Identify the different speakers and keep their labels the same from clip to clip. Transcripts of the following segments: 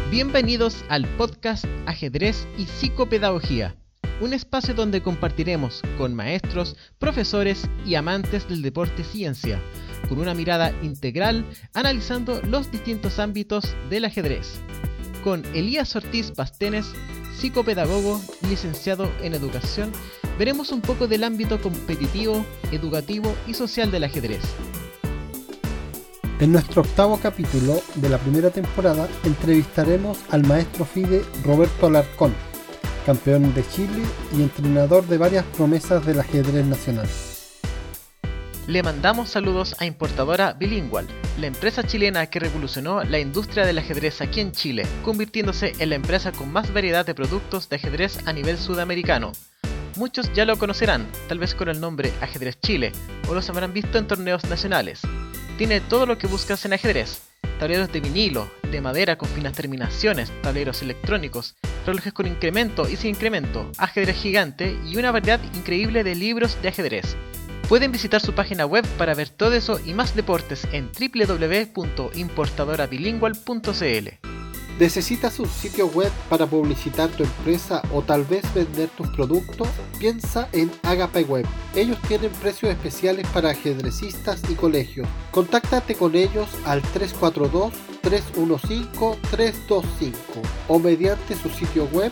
Speaker 1: Bienvenidos al podcast Ajedrez y Psicopedagogía, un espacio donde compartiremos con maestros, profesores y amantes del deporte ciencia, con una mirada integral analizando los distintos ámbitos del ajedrez. Con Elías Ortiz Bastenes, psicopedagogo y licenciado en educación, veremos un poco del ámbito competitivo, educativo y social del ajedrez.
Speaker 2: En nuestro octavo capítulo de la primera temporada entrevistaremos al maestro FIDE Roberto Alarcón, campeón de Chile y entrenador de varias promesas del ajedrez nacional.
Speaker 1: Le mandamos saludos a Importadora Bilingual, la empresa chilena que revolucionó la industria del ajedrez aquí en Chile, convirtiéndose en la empresa con más variedad de productos de ajedrez a nivel sudamericano. Muchos ya lo conocerán, tal vez con el nombre Ajedrez Chile, o los habrán visto en torneos nacionales. Tiene todo lo que buscas en ajedrez: tableros de vinilo, de madera con finas terminaciones, tableros electrónicos, relojes con incremento y sin incremento, ajedrez gigante y una variedad increíble de libros de ajedrez. Pueden visitar su página web para ver todo eso y más deportes en www.importadorabilingual.cl.
Speaker 2: ¿Necesitas un sitio web para publicitar tu empresa o tal vez vender tus productos? Piensa en Agape Web. Ellos tienen precios especiales para ajedrecistas y colegios. Contáctate con ellos al 342-315-325 o mediante su sitio web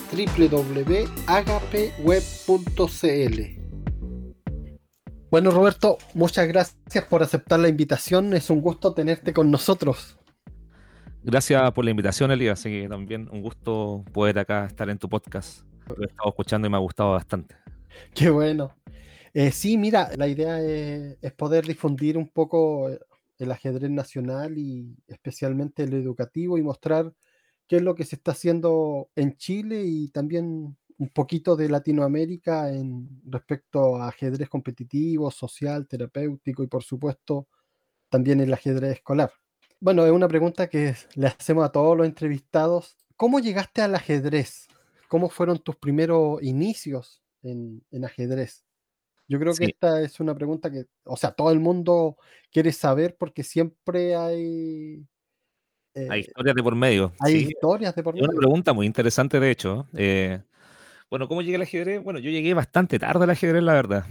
Speaker 2: www.agapeweb.cl. Bueno, Roberto, muchas gracias por aceptar la invitación. Es un gusto tenerte con nosotros.
Speaker 3: Gracias por la invitación, Elías. Así que también un gusto poder acá estar en tu podcast. Lo he estado escuchando y me ha gustado bastante.
Speaker 2: Qué bueno. Sí, mira, la idea es poder difundir un poco el ajedrez nacional y especialmente el educativo y mostrar qué es lo que se está haciendo en Chile y también un poquito de Latinoamérica en respecto a ajedrez competitivo, social, terapéutico y por supuesto también el ajedrez escolar. Bueno, es una pregunta que le hacemos a todos los entrevistados. ¿Cómo llegaste al ajedrez? ¿Cómo fueron tus primeros inicios en ajedrez? Yo creo que
Speaker 3: Sí,
Speaker 2: esta es una pregunta que, o sea, todo el mundo quiere saber porque siempre hay,
Speaker 3: hay
Speaker 2: eh,
Speaker 3: historias de por medio.
Speaker 2: hay
Speaker 3: Sí,
Speaker 2: historias de por
Speaker 3: es una
Speaker 2: medio.
Speaker 3: pregunta muy interesante, de hecho. Bueno, ¿cómo llegué al ajedrez? Bueno, yo llegué bastante tarde al ajedrez, la verdad.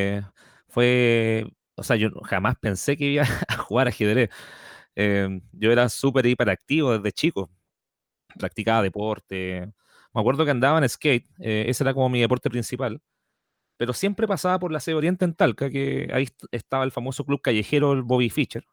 Speaker 3: O sea, yo jamás pensé que iba a jugar ajedrez. Yo era súper hiperactivo desde chico. Practicaba deporte. Me acuerdo que andaba en skate. Ese era como mi deporte principal. Pero siempre pasaba por la C Oriente en Talca, que ahí estaba el famoso club callejero, el Bobby Fischer,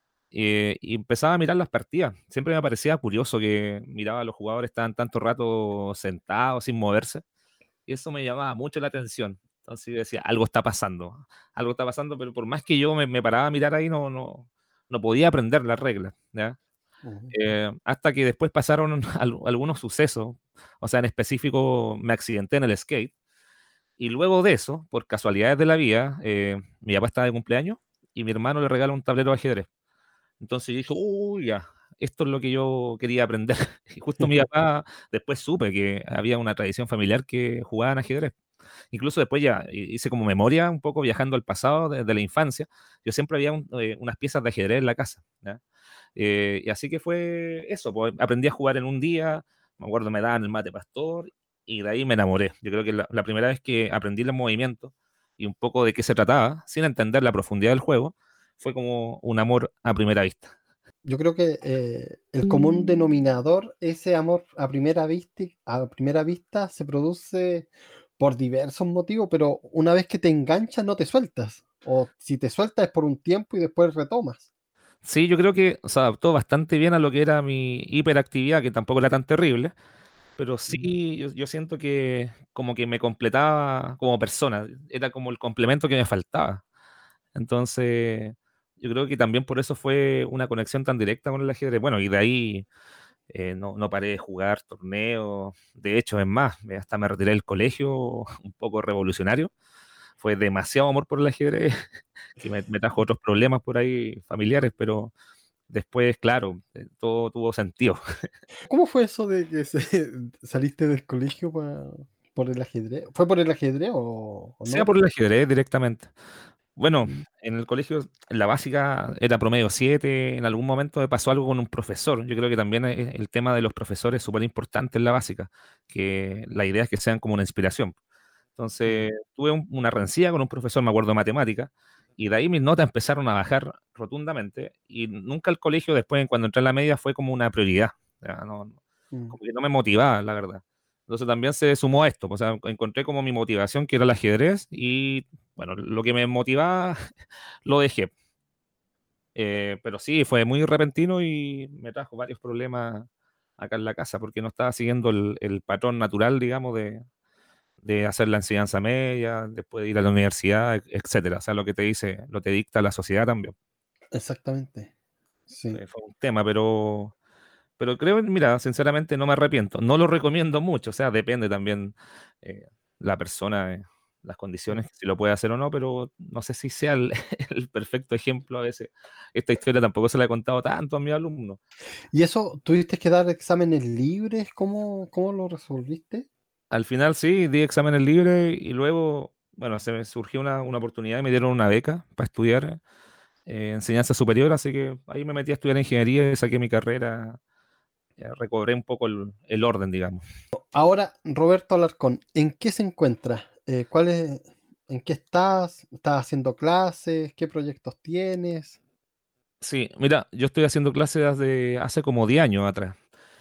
Speaker 3: y empezaba a mirar las partidas. Siempre me parecía curioso que miraba a los jugadores estaban tanto rato sentados sin moverse, y eso me llamaba mucho la atención. Entonces yo decía, algo está pasando, pero por más que yo me paraba a mirar ahí, no podía aprender las reglas, ¿ya?
Speaker 2: Ujú.
Speaker 3: Hasta que después pasaron algunos sucesos, o sea, en específico me accidenté en el skate, y luego de eso, por casualidades de la vida, mi papá estaba de cumpleaños y mi hermano le regala un tablero de ajedrez. Entonces yo dije, uy, ya, esto es lo que yo quería aprender. Y justo mi papá, después supe que había una tradición familiar que jugaban ajedrez. Incluso después ya hice como memoria, un poco viajando al pasado desde la infancia. Yo siempre había unas piezas de ajedrez en la casa, ¿ya? Y así que fue eso, pues aprendí a jugar en un día, me acuerdo me daban el mate pastor y de ahí me enamoré. Yo creo que la primera vez que aprendí los movimientos y un poco de qué se trataba, sin entender la profundidad del juego, fue como un amor a primera vista.
Speaker 2: Yo creo que el común denominador, ese amor a primera vista se produce por diversos motivos, pero una vez que te enganchas no te sueltas. O si te sueltas es por un tiempo y después retomas.
Speaker 3: Sí, yo creo que se adaptó bastante bien a lo que era mi hiperactividad, que tampoco era tan terrible, pero
Speaker 2: Mm.
Speaker 3: sí yo siento que como que me completaba como persona, era como el complemento que me faltaba. Entonces, yo creo que también por eso fue una conexión tan directa con el ajedrez. Bueno, y de ahí no paré de jugar torneos. De hecho, es más, hasta me retiré del colegio un poco revolucionario. Fue demasiado amor por el ajedrez que me trajo otros problemas por ahí familiares, pero después, claro, todo tuvo sentido.
Speaker 2: ¿Cómo fue eso de que saliste del colegio por el ajedrez? ¿Fue por el ajedrez o
Speaker 3: Sea
Speaker 2: no?
Speaker 3: por el ajedrez directamente. Bueno,
Speaker 2: Mm,
Speaker 3: en el colegio, en la básica era promedio 7. En algún momento me pasó algo con un profesor. Yo creo que también el tema de los profesores es súper importante en la básica, que la idea es que sean como una inspiración.
Speaker 2: mm.
Speaker 3: Entonces, tuve una rencilla con un profesor, me acuerdo, de matemática, y de ahí mis notas empezaron a bajar rotundamente, y nunca el colegio después, cuando entré en la media, fue como una prioridad. O sea,
Speaker 2: Mm.
Speaker 3: como que no me motivaba, la verdad. Entonces también se sumó a esto, o sea, encontré como mi motivación, que era el ajedrez, y bueno, lo que me motivaba lo dejé. Pero sí, fue muy repentino y me trajo varios problemas acá en la casa, porque no estaba siguiendo el patrón natural, digamos, de hacer la enseñanza media, después de ir a la universidad, etcétera. O sea, lo que te dice, lo que dicta la sociedad también.
Speaker 2: Exactamente. Sí.
Speaker 3: Fue un tema, pero creo, mira, sinceramente no me arrepiento. No lo recomiendo mucho, o sea, depende también eh, la persona, las
Speaker 2: Mm.
Speaker 3: condiciones, si lo puede hacer o no, pero no sé si sea el, el perfecto ejemplo a veces. Esta historia tampoco se la he contado tanto a mis alumnos.
Speaker 2: ¿Y eso, tuviste que dar exámenes libres? ¿Cómo lo resolviste?
Speaker 3: Al final sí, di exámenes libres y luego, bueno, se me surgió una oportunidad y me dieron una beca para estudiar enseñanza superior, así que ahí me metí a estudiar ingeniería y saqué mi carrera, ya recobré un poco el orden, digamos.
Speaker 2: Ahora, Roberto Alarcón, ¿en qué se encuentra? ¿En qué estás? ¿Estás haciendo clases? ¿Qué proyectos tienes?
Speaker 3: Sí, mira, yo estoy haciendo clases desde hace como 10 años atrás.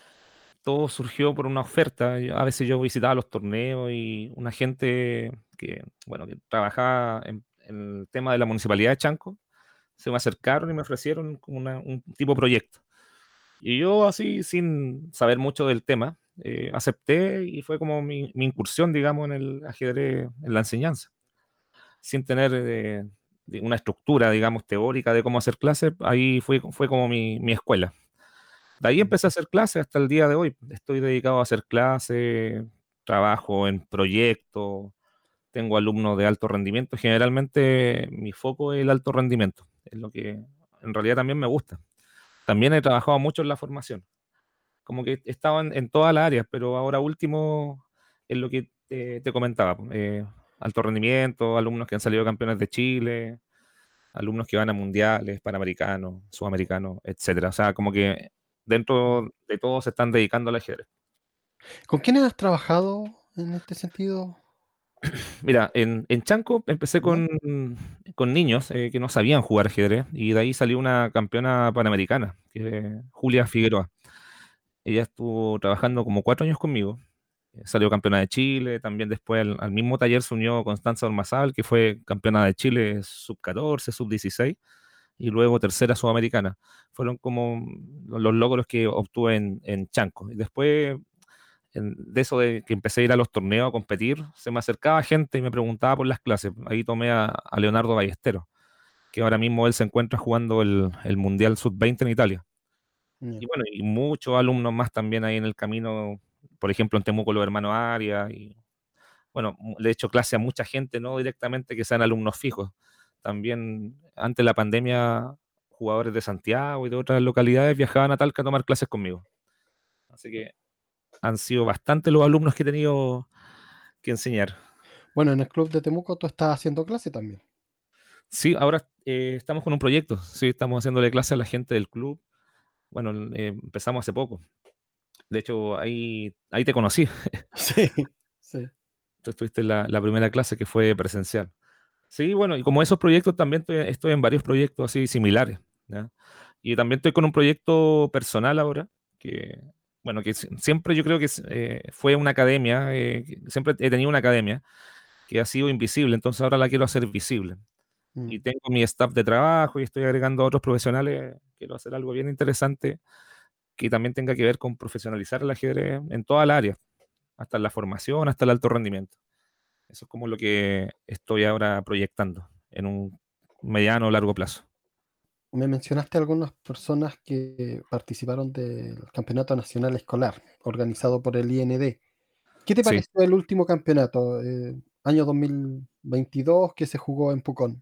Speaker 3: Todo surgió por una oferta. A veces yo visitaba los torneos y una gente que, bueno, que trabajaba en el tema de la municipalidad de Chanco, se me acercaron y me ofrecieron como un tipo de proyecto. Y yo así, sin saber mucho del tema, acepté y fue como mi incursión, digamos, en el ajedrez, en la enseñanza. Sin tener una estructura, digamos, teórica de cómo hacer clases, ahí fue como mi escuela. De ahí
Speaker 2: Mm.
Speaker 3: empecé a hacer clases hasta el día de hoy. Estoy dedicado a hacer clases, trabajo en proyectos, tengo alumnos de alto rendimiento. Generalmente mi foco es el alto rendimiento, es lo que en realidad también me gusta. También he trabajado mucho en la formación, como que he estado en todas las áreas, pero ahora último es lo que te comentaba. Alto rendimiento, alumnos que han salido campeones de Chile, alumnos que van a mundiales, panamericanos, sudamericanos, etcétera. O sea, como que
Speaker 2: Mm.
Speaker 3: dentro de todo se están dedicando al ajedrez.
Speaker 2: ¿Con quiénes has trabajado en este sentido?
Speaker 3: Mira, en Chanco empecé
Speaker 2: ¿Ya?
Speaker 3: con niños que no sabían jugar ajedrez y de ahí salió una campeona panamericana, que es Julia Figueroa. Ella estuvo trabajando como 4 años conmigo. Salió campeona de Chile, también después al mismo taller se unió Constanza Ormazábal, que fue campeona de Chile sub-14, sub-16, y luego tercera sudamericana. Fueron como los logros que obtuve en Chanco. Y después de eso de que empecé a ir a los torneos a competir, se me acercaba gente y me preguntaba por las clases. Ahí tomé a Leonardo Ballesteros, que ahora mismo él se encuentra jugando el Mundial Sub-20 en Italia.
Speaker 2: Ya.
Speaker 3: Y bueno, y muchos alumnos más también ahí en el camino, por ejemplo, en Temuco los hermanos Arias, y bueno, le he hecho clase a mucha gente, no directamente que sean alumnos fijos. También antes de la pandemia, jugadores de Santiago y de otras localidades viajaban a Talca a tomar clases conmigo. Así que han sido bastante los alumnos que he tenido que enseñar.
Speaker 2: Bueno, en el club de Temuco tú estás haciendo clase también.
Speaker 3: Sí, ahora estamos con un proyecto, sí, estamos haciéndole clase a la gente del club. Bueno, empezamos hace poco. De hecho, ahí te conocí.
Speaker 2: Sí, sí.
Speaker 3: Tú estuviste en la primera clase que fue presencial. Sí, bueno, y como esos proyectos también estoy en varios proyectos así similares, ¿ya? Y también estoy con un proyecto personal ahora, que, bueno, que siempre yo creo que fue una academia, que siempre he tenido una academia que ha sido invisible, entonces ahora la quiero hacer visible.
Speaker 2: Mm.
Speaker 3: Y tengo mi staff de trabajo y estoy agregando a otros profesionales, quiero hacer algo bien interesante que también tenga que ver con profesionalizar el ajedrez en toda la área, hasta en la formación, hasta el alto rendimiento. Eso es como lo que estoy ahora proyectando en un mediano o largo plazo.
Speaker 2: Me mencionaste algunas personas que participaron del Campeonato Nacional Escolar, organizado por el IND. ¿Qué te
Speaker 3: Sí,
Speaker 2: pareció el último campeonato, año 2022, que se jugó en Pucón?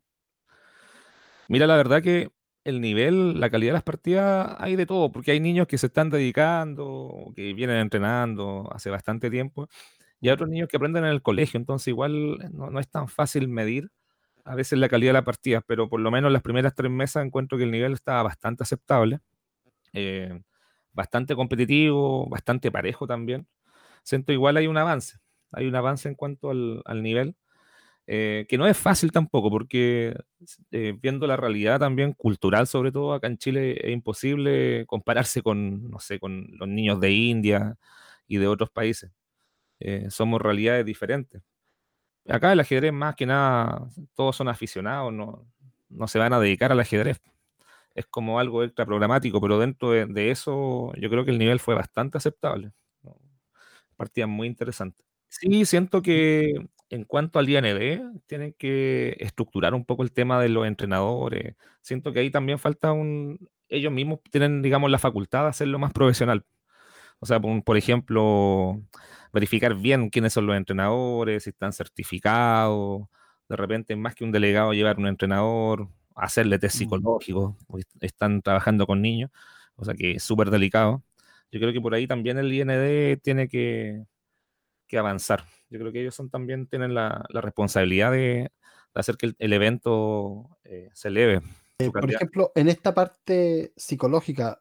Speaker 3: mira, la verdad que el nivel, la calidad de las partidas, hay de todo, porque hay niños que se están dedicando, que vienen entrenando hace bastante tiempo, y hay
Speaker 2: Mm.
Speaker 3: otros niños que aprenden en el colegio, entonces igual no es tan fácil medir, a veces la calidad de la partida, pero por lo menos las primeras 3 mesas encuentro que el nivel estaba bastante aceptable, eh, bastante competitivo, bastante parejo también. Siento igual hay un avance en cuanto al nivel, que no es fácil tampoco, porque viendo la realidad también cultural, sobre todo acá en Chile, es imposible compararse con, no sé, con los niños de India y de otros países. Somos realidades diferentes. Acá el ajedrez más que nada, todos son aficionados, no se van a dedicar al ajedrez. Es como algo extra programático, pero dentro de eso yo creo que el nivel fue bastante aceptable, ¿no? Partidas muy interesantes. Sí, siento que en cuanto al IND, tienen que estructurar un poco el tema de los entrenadores. Siento que ahí también falta ellos mismos tienen, digamos, la facultad de hacerlo más profesional. O sea, por ejemplo, verificar bien quiénes son los entrenadores, si están certificados. De repente, más que un delegado, llevar un entrenador, hacerle test
Speaker 2: Mm.
Speaker 3: psicológico, porque están trabajando con niños, o sea que es súper delicado. Yo creo que por ahí también el IND tiene que avanzar. Yo creo que ellos también tienen la responsabilidad de hacer que el evento se eleve su
Speaker 2: Por
Speaker 3: calidad.
Speaker 2: ejemplo, en esta parte psicológica,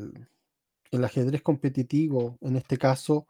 Speaker 2: el ajedrez competitivo, en este caso,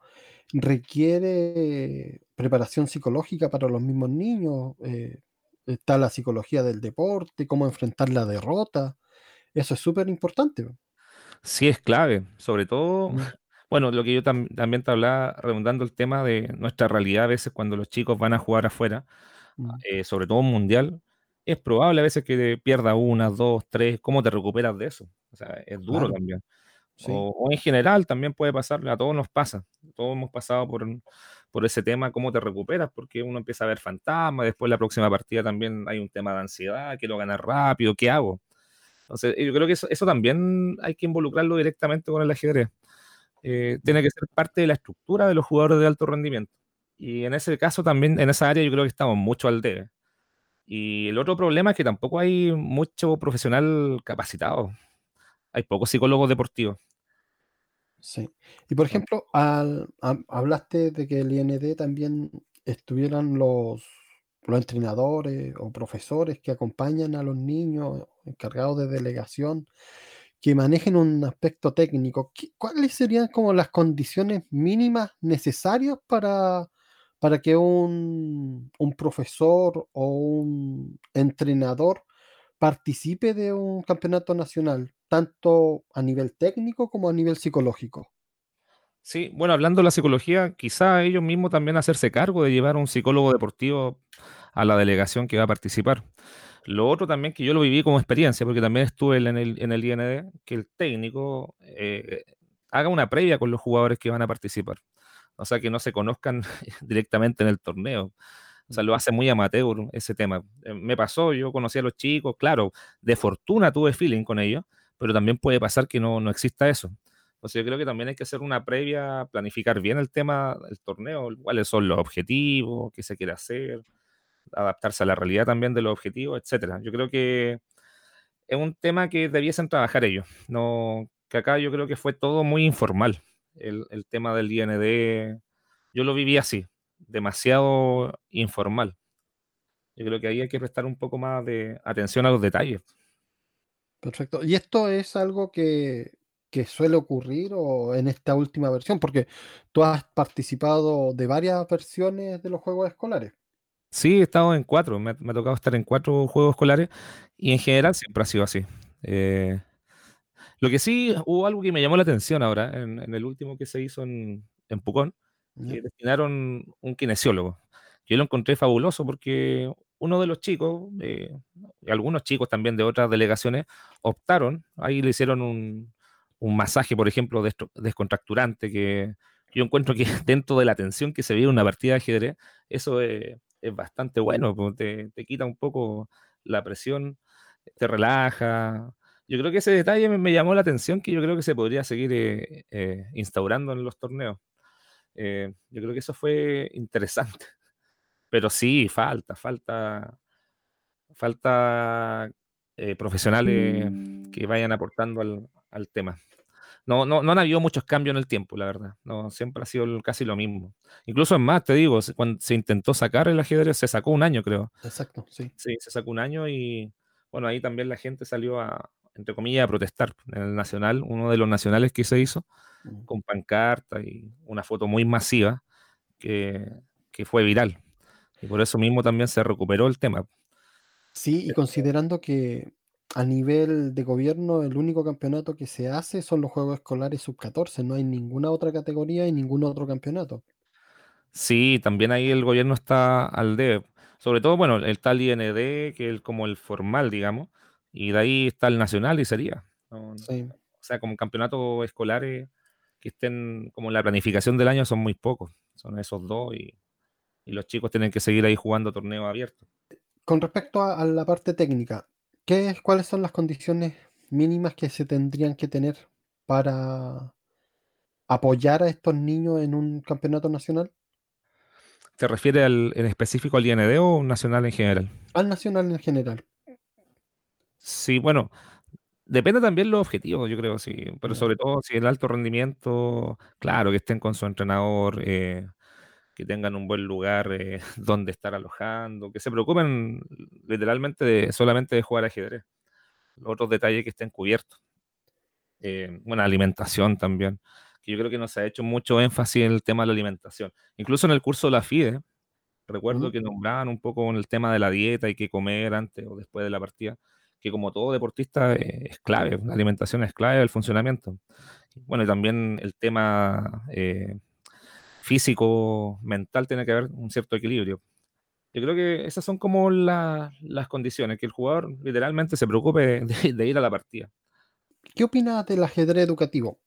Speaker 2: requiere preparación psicológica para los mismos niños. Está la psicología del deporte, cómo enfrentar la derrota. Eso es súper importante.
Speaker 3: Sí es clave, sobre todo,
Speaker 2: Mm,
Speaker 3: bueno, lo que yo también te hablaba, redundando el tema de nuestra realidad a veces cuando los chicos van a jugar afuera,
Speaker 2: mm,
Speaker 3: sobre todo un mundial, es probable a veces que pierda una, dos, tres, ¿cómo te recuperas de eso? O sea, es duro
Speaker 2: claro,
Speaker 3: también.
Speaker 2: sí.
Speaker 3: O en general también puede pasar, a todos nos pasa, todos hemos pasado por ese tema, ¿cómo te recuperas? Porque uno empieza a ver fantasmas, después la próxima partida también hay un tema de ansiedad, quiero ganar rápido, ¿qué hago? Entonces, yo creo que eso también hay que involucrarlo directamente con el ajedrez. Tiene que ser parte de la estructura de los jugadores de alto rendimiento. Y en ese caso también, en esa área yo creo que estamos mucho al debe. Y el otro problema es que tampoco hay mucho profesional capacitado. Hay pocos psicólogos deportivos.
Speaker 2: Sí. Y por ejemplo, hablaste de que el IND también estuvieran los entrenadores o profesores que acompañan a los niños encargados de delegación, que manejen un aspecto técnico. ¿Cuáles serían como las condiciones mínimas necesarias para que un profesor o un entrenador participe de un campeonato nacional, tanto a nivel técnico como a nivel psicológico?
Speaker 3: Sí, bueno, hablando de la psicología, quizá ellos mismos también hacerse cargo de llevar un psicólogo deportivo a la delegación que va a participar. Lo otro también que yo lo viví como experiencia, porque también estuve en el IND, que el técnico haga una previa con los jugadores que van a participar. O sea, que no se conozcan directamente en el torneo. O sea,
Speaker 2: Mm.
Speaker 3: lo hace muy amateur ese tema. Me pasó, yo conocí a los chicos, claro, de fortuna tuve feeling con ellos, pero también puede pasar que no exista eso. O sea, yo creo que también hay que hacer una previa, planificar bien el tema del torneo, cuáles son los objetivos, qué se quiere hacer, adaptarse a la realidad también de los objetivos, etcétera. Yo creo que es un tema que debiesen trabajar ellos. No, que acá yo creo que fue todo muy informal. El tema del IND, yo lo viví así, demasiado informal. Yo creo que ahí hay que prestar un poco más de atención a los detalles.
Speaker 2: Perfecto. ¿Y esto es algo que suele ocurrir o en esta última versión? Porque tú has participado de varias versiones de los juegos escolares.
Speaker 3: Sí, he estado en cuatro, me ha tocado estar en cuatro juegos escolares y en general siempre ha sido así. Eh, lo que sí, hubo algo que me llamó la atención ahora, en el último que se hizo en Pucón,
Speaker 2: ¿Ya?
Speaker 3: que destinaron un kinesiólogo. Yo lo encontré fabuloso porque uno de los chicos, y algunos chicos también de otras delegaciones, optaron, ahí le hicieron un masaje, por ejemplo, descontracturante, que yo encuentro que dentro de la tensión que se vive en una partida de ajedrez, eso es bastante bueno, pues, te quita un poco la presión, te relaja. Yo creo que ese detalle me llamó la atención, que yo creo que se podría seguir instaurando en los torneos. Yo creo que eso fue interesante. Pero sí, falta profesionales que vayan aportando al tema. no han habido muchos cambios en el tiempo, la verdad. No, siempre ha sido casi lo mismo. Incluso es más, te digo, cuando se intentó sacar el ajedrez, se sacó un año, creo.
Speaker 2: Exacto, sí.
Speaker 3: Sí, se sacó un año y bueno, ahí también la gente salió a, entre comillas, a protestar en el Nacional, uno de los nacionales que se hizo,
Speaker 2: Mm.
Speaker 3: con pancarta y una foto muy masiva que, que fue viral. Y por eso mismo también se recuperó el tema.
Speaker 2: Sí, y considerando que a nivel de gobierno el único campeonato que se hace son los Juegos Escolares sub-14, no hay ninguna otra categoría y ningún otro campeonato.
Speaker 3: Sí, también ahí el gobierno está al debe. Sobre todo, bueno, está el IND, que es como el formal, digamos, y de ahí está el nacional y sería. O
Speaker 2: Sí.
Speaker 3: sea, como campeonatos escolares que estén como en la planificación del año son muy pocos. Son esos dos y los chicos tienen que seguir ahí jugando torneos abiertos.
Speaker 2: Con respecto a la parte técnica, ¿cuáles son las condiciones mínimas que se tendrían que tener para apoyar a estos niños en un campeonato nacional?
Speaker 3: ¿Te refieres en específico al IND o nacional en general?
Speaker 2: Al nacional en general.
Speaker 3: Sí, bueno, depende también los objetivos, yo creo, sí, pero
Speaker 2: Ya.
Speaker 3: sobre todo si el alto rendimiento, claro, que estén con su entrenador, que tengan un buen lugar donde estar alojando, que se preocupen literalmente solamente de jugar ajedrez. Los otros detalles que estén cubiertos. Bueno, alimentación también, que yo creo que no se ha hecho mucho énfasis en el tema de la alimentación. Incluso en el curso de la FIDE,
Speaker 2: ¿Mm?
Speaker 3: recuerdo que nombraban un poco con el tema de la dieta y qué comer antes o después de la partida, que como todo deportista es clave, la alimentación es clave del funcionamiento. Bueno, y también el tema físico, mental, tiene que haber un cierto equilibrio. Yo creo que esas son como las condiciones, que el jugador literalmente se preocupe de ir a la partida.
Speaker 2: ¿Qué opinas del ajedrez educativo?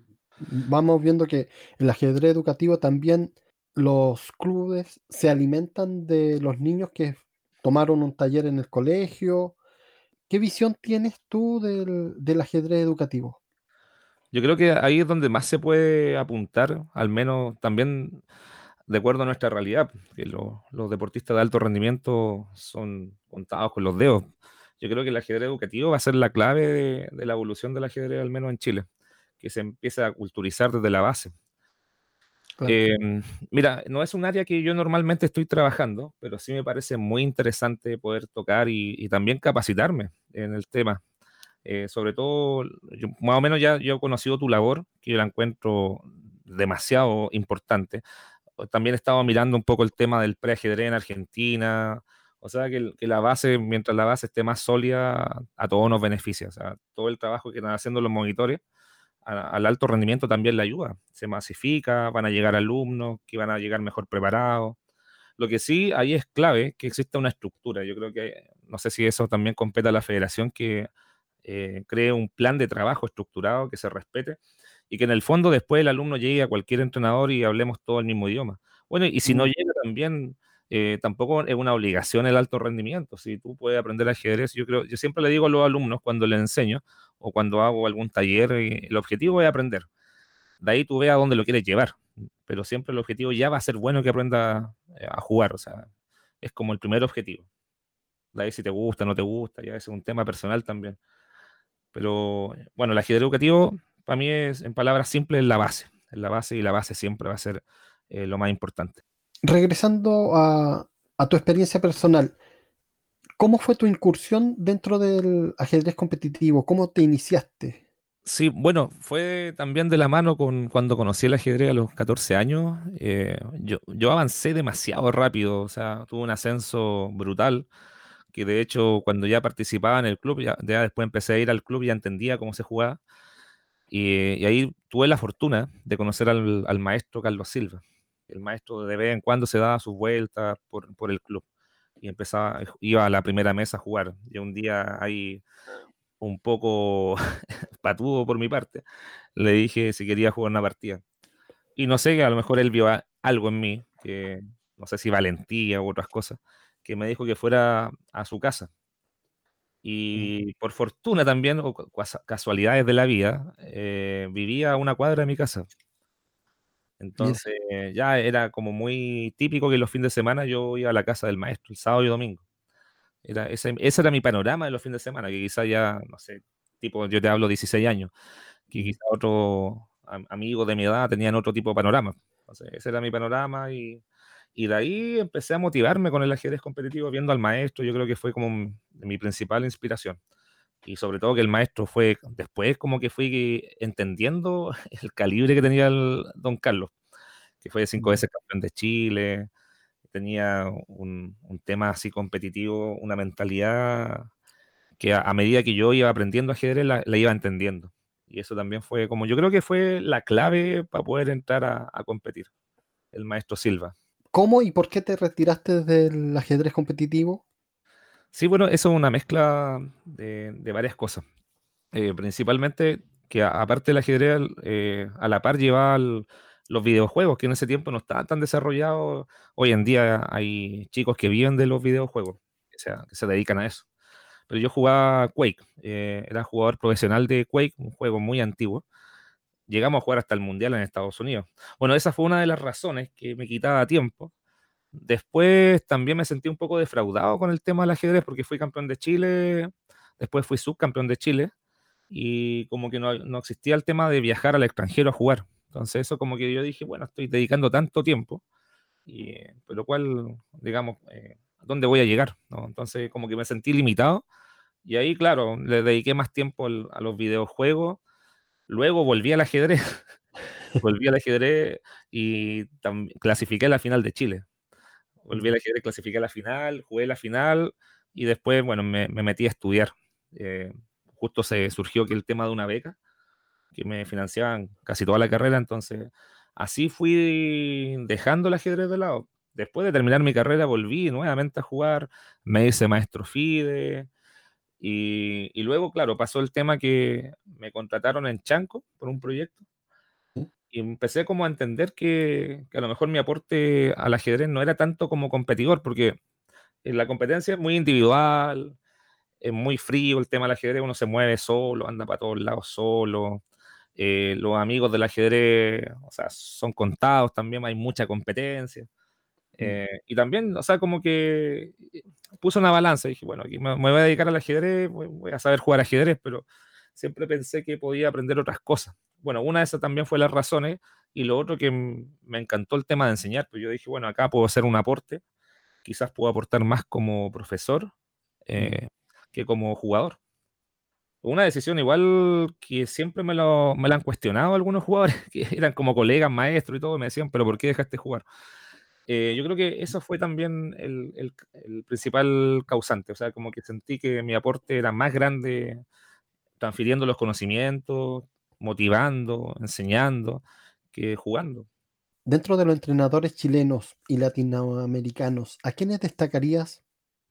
Speaker 2: Vamos viendo que el ajedrez educativo también los clubes se alimentan de los niños que tomaron un taller en el colegio. ¿Qué visión tienes tú del ajedrez educativo?
Speaker 3: Yo creo que ahí es donde más se puede apuntar, al menos también de acuerdo a nuestra realidad, que los deportistas de alto rendimiento son contados con los dedos. Yo creo que el ajedrez educativo va a ser la clave de la evolución del ajedrez, al menos en Chile, que se empiece a culturizar desde la base.
Speaker 2: Claro.
Speaker 3: Eh, Mira, no es un área que yo normalmente estoy trabajando, pero sí me parece muy interesante poder tocar y también capacitarme en el tema. Sobre todo, más o menos ya yo he conocido tu labor, que yo la encuentro demasiado importante. También he estado mirando un poco el tema del preajedrez en Argentina. O sea, que la base, mientras la base esté más sólida, a todos nos beneficia. O sea, todo el trabajo que están haciendo los monitores al alto rendimiento también le ayuda. Se masifica, van a llegar alumnos que van a llegar mejor preparados. Lo que sí, ahí es clave que exista una estructura. Yo creo que, no sé si eso también compete a la federación, que cree un plan de trabajo estructurado, que se respete y que en el fondo después el alumno llegue a cualquier entrenador y hablemos todo el mismo idioma. Bueno, y si no
Speaker 2: Mm.
Speaker 3: llega también, tampoco es una obligación el alto rendimiento. Si tú puedes aprender ajedrez, yo siempre le digo a los alumnos cuando les enseño o cuando hago algún taller, el objetivo es aprender. De ahí tú veas a dónde lo quieres llevar, pero siempre el objetivo ya va a ser bueno que aprenda a jugar, o sea, es como el primer objetivo. De ahí si te gusta, no te gusta, ya ese es un tema personal también. Pero bueno, el ajedrez educativo para mí es, en palabras simples, es la base y la base siempre va a ser lo más importante.
Speaker 2: Regresando a tu experiencia personal, ¿cómo fue tu incursión dentro del ajedrez competitivo? ¿Cómo te iniciaste?
Speaker 3: Sí, bueno, fue también de la mano con cuando conocí el ajedrez a los 14 años. Yo avancé demasiado rápido, o sea, tuve un ascenso brutal, que de hecho cuando ya participaba en el club, ya después empecé a ir al club y ya entendía cómo se jugaba. Y ahí tuve la fortuna de conocer al maestro Carlos Silva. El maestro de vez en cuando se daba sus vueltas por el club y iba a la primera mesa a jugar. Y un día ahí un poco patudo por mi parte, le dije si quería jugar una partida. Y no sé, a lo mejor él vio algo en mí, que no sé si valentía u otras cosas, que me dijo que fuera a su casa.
Speaker 2: Mm.
Speaker 3: Y por fortuna también, o casualidades de la vida, vivía a una cuadra de mi casa.
Speaker 2: Mira,
Speaker 3: Entonces ya era como muy típico que los fines de semana yo iba a la casa del maestro, el sábado y domingo. Ese era mi panorama de los fines de semana, que quizás ya, no sé, tipo, yo te hablo 16 años. que quizá otros amigos de mi edad tenían otro tipo de panorama. Entonces, ese era mi panorama y de ahí empecé a motivarme con el ajedrez competitivo viendo al maestro. Yo creo que fue como mi principal inspiración. Y sobre todo que el maestro fue, después como que fui entendiendo el calibre que tenía el Don Carlos, que fue 5 veces campeón de Chile, tenía un tema así competitivo, una mentalidad que a medida que yo iba aprendiendo ajedrez la iba entendiendo. Y eso también fue como, yo creo que fue la clave para poder entrar a competir, el maestro Silva.
Speaker 2: ¿Cómo y por qué te retiraste del ajedrez competitivo?
Speaker 3: Sí, bueno, eso es una mezcla de varias cosas. Principalmente que aparte del ajedrez, a la par llevaba los videojuegos, que en ese tiempo no estaban tan desarrollados. Hoy en día hay chicos que viven de los videojuegos, que se dedican a eso. Pero yo jugaba Quake, era jugador profesional de Quake, un juego muy antiguo. Llegamos a jugar hasta el Mundial en Estados Unidos. Bueno, esa fue una de las razones que me quitaba tiempo. Después también me sentí un poco defraudado con el tema del ajedrez porque fui campeón de Chile, después fui subcampeón de Chile y como que no existía el tema de viajar al extranjero a jugar. Entonces eso como que yo dije, bueno, estoy dedicando tanto tiempo, pero cuál, digamos, ¿a dónde voy a llegar? ¿No? Entonces como que me sentí limitado y ahí, claro, le dediqué más tiempo a los videojuegos. Luego volví al ajedrez, volví al ajedrez y clasifiqué a la final de Chile. Volví al ajedrez, clasifiqué a la final, jugué la final y después, bueno, me metí a estudiar. Eh, Justo se surgió que el tema de una beca que me financiaban casi toda la carrera, entonces así fui dejando el ajedrez de lado. Después de terminar mi carrera volví nuevamente a jugar, me hice maestro FIDE y luego, claro, pasó el tema que me contrataron en Chanco por un proyecto y empecé como a entender que a lo mejor mi aporte al ajedrez no era tanto como competidor, porque en la competencia es muy individual, es muy frío el tema del ajedrez, uno se mueve solo, anda para todos lados solo. Los amigos del ajedrez, o sea, son contados también, hay mucha competencia. Y también, o sea, como que puse una balanza y dije, bueno, aquí me voy a dedicar al ajedrez, voy a saber jugar ajedrez, pero siempre pensé que podía aprender otras cosas. Bueno, una de esas también fue las razones y lo otro que me encantó el tema de enseñar, pues yo dije, bueno, acá puedo hacer un aporte, quizás puedo aportar más como profesor que como jugador. Una decisión igual que siempre me la han cuestionado algunos jugadores que eran como colegas, maestros y todo, y me decían, pero ¿por qué dejaste jugar? Yo creo que eso fue también el principal causante, o sea, como que sentí que mi aporte era más grande transfiriendo los conocimientos, motivando, enseñando, que jugando.
Speaker 2: Dentro de los entrenadores chilenos y latinoamericanos, ¿a quiénes destacarías?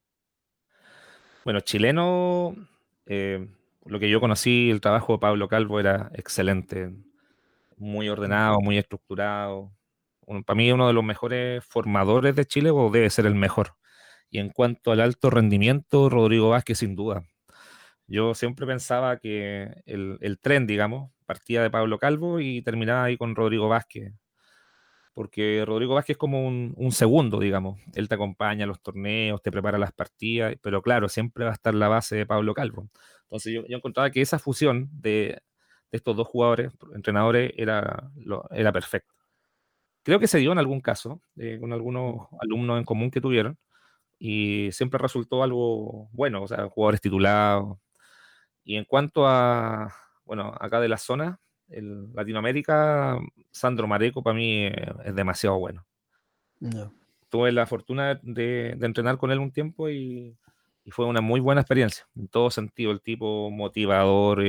Speaker 3: Bueno, chileno, eh, lo que yo conocí, el trabajo de Pablo Calvo era excelente, muy ordenado, muy estructurado. Para mí uno de los mejores formadores de Chile o debe ser el mejor. Y en cuanto al alto rendimiento, Rodrigo Vázquez sin duda. Yo siempre pensaba que el tren, digamos, partía de Pablo Calvo y terminaba ahí con Rodrigo Vázquez, porque Rodrigo Vázquez es como un segundo, digamos. Él te acompaña a los torneos, te prepara las partidas, pero claro, siempre va a estar la base de Pablo Calvo. Entonces yo encontraba que esa fusión de estos dos jugadores, entrenadores, era perfecta. Creo que se dio en algún caso, con algunos alumnos en común que tuvieron, y siempre resultó algo bueno, o sea, jugadores titulados. Y en cuanto a, bueno, acá de la zona, Latinoamérica, Sandro Mareco para mí es demasiado bueno.
Speaker 2: No.
Speaker 3: Tuve la fortuna de entrenar con él un tiempo y fue una muy buena experiencia, en todo sentido, el tipo motivador,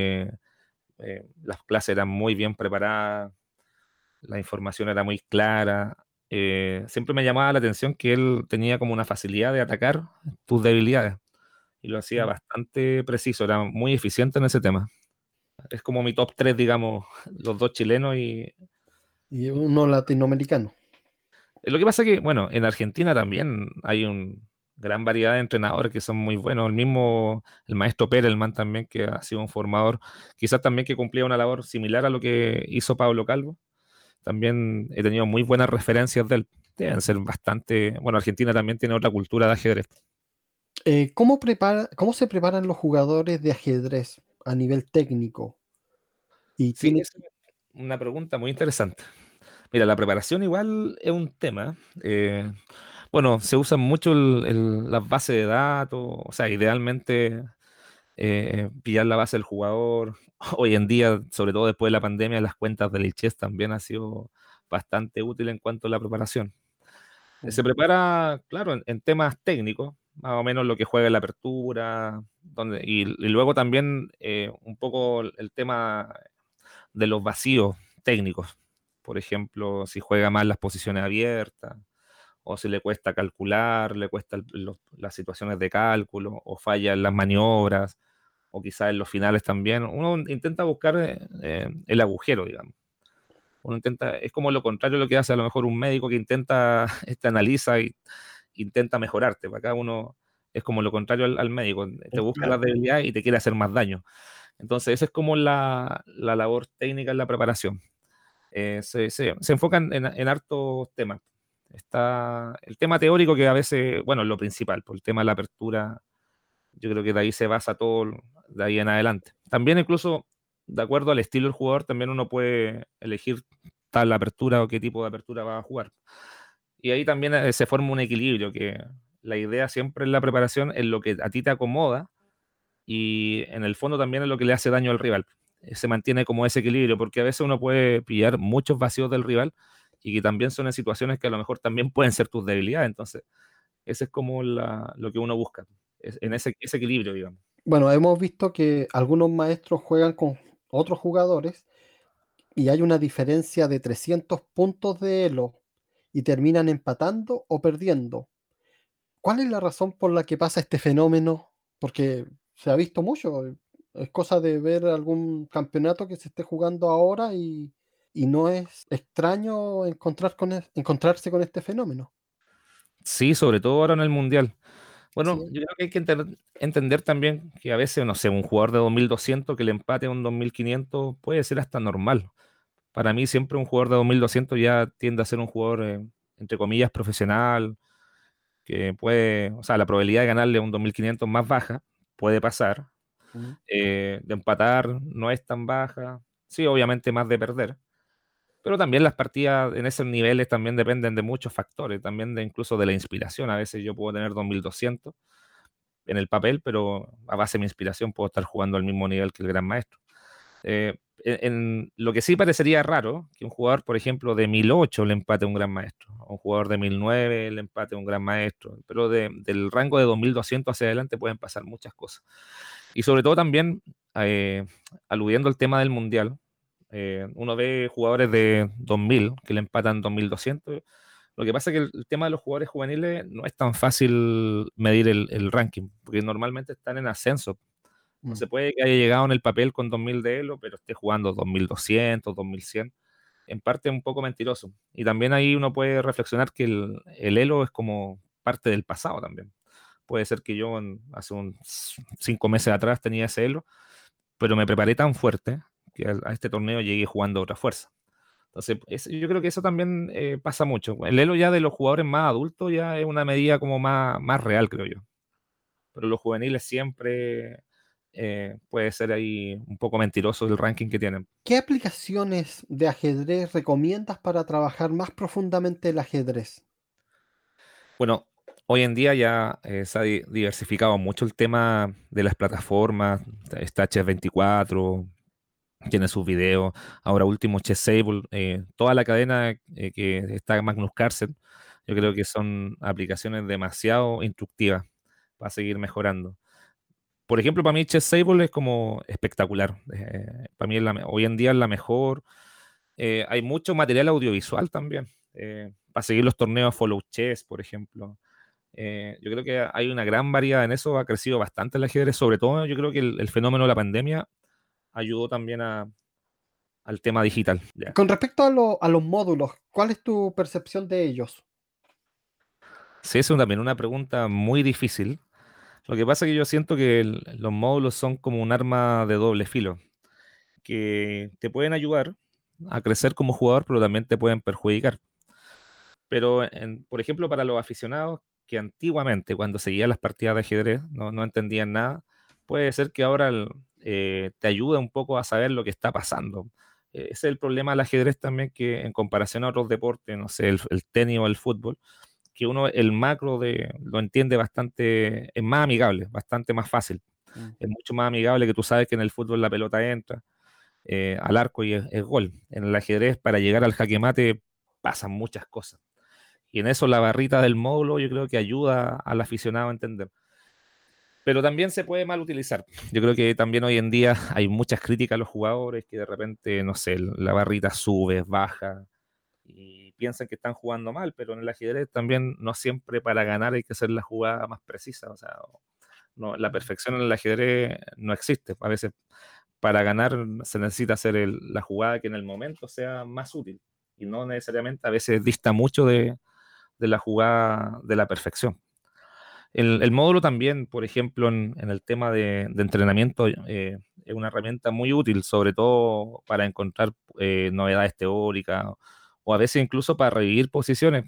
Speaker 3: las clases eran muy bien preparadas, la información era muy clara. Siempre me llamaba la atención que él tenía como una facilidad de atacar tus debilidades y lo hacía bastante preciso, era muy eficiente en ese tema. Es como mi top 3 digamos, los dos chilenos y
Speaker 2: Y uno latinoamericano.
Speaker 3: lo que pasa que, bueno, en Argentina también hay una gran variedad de entrenadores que son muy buenos. El maestro Perelman también, que ha sido un formador, quizás también que cumplía una labor similar a lo que hizo Pablo Calvo. También he tenido muy buenas referencias de él. Deben ser bastante. Bueno, Argentina también tiene otra cultura de ajedrez.
Speaker 2: ¿Cómo se preparan los jugadores de ajedrez a nivel técnico? Y
Speaker 3: Sí,
Speaker 2: tiene,
Speaker 3: es una pregunta muy interesante. Mira, la preparación igual es un tema. Bueno, se usan mucho las bases de datos, o sea, idealmente pillar la base del jugador. Hoy en día, sobre todo después de la pandemia, las cuentas del chess también ha sido bastante útil en cuanto a la preparación. Se prepara, claro, en temas técnicos, más o menos lo que juega en la apertura, y luego también un poco el tema de los vacíos técnicos. Por ejemplo, si juega mal las posiciones abiertas, o si le cuesta calcular, le cuesta las situaciones de cálculo, o falla en las maniobras, o quizás en los finales también. Uno intenta buscar el agujero, digamos. Uno intenta, es como lo contrario a lo que hace a lo mejor un médico que intenta, analiza y intenta mejorarte. Para cada uno es como lo contrario al médico, te busca la
Speaker 2: claro.
Speaker 3: debilidad y te quiere hacer más daño. Entonces, esa es como la labor técnica en la preparación. Se enfocan en hartos temas. Está el tema teórico que a veces, bueno, es lo principal, por el tema de la apertura, yo creo que de ahí se basa todo de ahí en adelante. También incluso, de acuerdo al estilo del jugador, también uno puede elegir tal apertura o qué tipo de apertura va a jugar. Y ahí también se forma un equilibrio, que la idea siempre en la preparación es lo que a ti te acomoda y en el fondo también es lo que le hace daño al rival. Se mantiene como ese equilibrio, porque a veces uno puede pillar muchos vacíos del rival y que también son en situaciones que a lo mejor también pueden ser tus debilidades. Entonces, ese es como lo que uno busca, en ese equilibrio, digamos.
Speaker 2: Bueno, hemos visto que algunos maestros juegan con otros jugadores y hay una diferencia de 300 puntos de elo y terminan empatando o perdiendo. ¿Cuál es la razón por la que pasa este fenómeno? Porque se ha visto mucho. Es cosa de ver algún campeonato que se esté jugando ahora y no es extraño encontrarse con este fenómeno.
Speaker 3: Sí, sobre todo ahora en el Mundial. Bueno,
Speaker 2: Sí.
Speaker 3: yo creo que hay que entender también que a veces, no sé, un jugador de 2200 que le empate a un 2500 puede ser hasta normal. Para mí siempre un jugador de 2200 ya tiende a ser un jugador, entre comillas, profesional, que puede, o sea, la probabilidad de ganarle a un 2500 más baja, puede pasar.
Speaker 2: Mm.
Speaker 3: De empatar no es tan baja, sí, obviamente más de perder, pero también las partidas en esos niveles también dependen de muchos factores, también de incluso de la inspiración. A veces yo puedo tener 2200 en el papel, pero a base de mi inspiración puedo estar jugando al mismo nivel que el gran maestro. Lo que sí parecería raro, que un jugador, por ejemplo, de 1008 le empate a un gran maestro, o un jugador de 1009 le empate a un gran maestro, pero del rango de 2200 hacia adelante pueden pasar muchas cosas. Y sobre todo también, eh, aludiendo al tema del mundial, uno ve jugadores de 2000 que le empatan 2200. Lo que pasa es que el tema de los jugadores juveniles no es tan fácil medir el ranking, porque normalmente están en ascenso.
Speaker 2: Mm.
Speaker 3: Entonces puede que haya llegado en el papel con 2000 de Elo, pero esté jugando 2200, 2100. En parte es un poco mentiroso. Y también ahí uno puede reflexionar que el Elo es como parte del pasado también. Puede ser que yo hace 5 meses atrás tenía ese Elo, pero me preparé tan fuerte que a este torneo llegué jugando a otra fuerza. Entonces, yo creo que eso también pasa mucho. El Elo ya de los jugadores más adultos ya es una medida como más real, creo yo. Pero los juveniles siempre puede ser ahí un poco mentiroso el ranking que tienen.
Speaker 2: ¿Qué aplicaciones de ajedrez recomiendas para trabajar más profundamente el ajedrez?
Speaker 3: Bueno, hoy en día ya se ha diversificado mucho el tema de las plataformas. Está Chess24, tiene sus videos. Ahora último Chessable, toda la cadena que está Magnus Carlsen, yo creo que son aplicaciones demasiado instructivas para seguir mejorando. Por ejemplo, para mí Chessable es como espectacular. Para mí hoy en día es la mejor. Hay mucho material audiovisual también. Para seguir los torneos Follow Chess, por ejemplo. Yo creo que hay una gran variedad en eso. Ha crecido bastante el ajedrez. Sobre todo, yo creo que el fenómeno de la pandemia ayudó también al tema digital. ¿Ya?
Speaker 2: Con respecto a los módulos, ¿cuál es tu percepción de ellos?
Speaker 3: Sí, es también una pregunta muy difícil. Lo que pasa es que yo siento que los módulos son como un arma de doble filo, que te pueden ayudar a crecer como jugador, pero también te pueden perjudicar. Pero, por ejemplo, para los aficionados que antiguamente, cuando seguían las partidas de ajedrez, no entendían nada, puede ser que ahora te ayuda un poco a saber lo que está pasando. Ese es el problema del ajedrez también, que en comparación a otros deportes, no sé, el tenis o el fútbol, que uno el macro lo entiende bastante, es más amigable, bastante más fácil. Es mucho más amigable, que tú sabes que en el fútbol la pelota entra al arco y es gol. En el ajedrez, para llegar al jaque mate, pasan muchas cosas. Y en eso la barrita del módulo yo creo que ayuda al aficionado a entender. Pero también se puede mal utilizar. Yo creo que también hoy en día hay muchas críticas a los jugadores que de repente, no sé, la barrita sube, baja y piensan que están jugando mal, pero en el ajedrez también no siempre para ganar hay que hacer la jugada más precisa. O sea, no, la perfección en el ajedrez no existe. A veces para ganar se necesita hacer la jugada que en el momento sea más útil y no necesariamente a veces dista mucho de la jugada de la perfección. El módulo también, por ejemplo, en el tema de entrenamiento, es una herramienta muy útil, sobre todo para encontrar novedades teóricas o a veces incluso para revivir posiciones.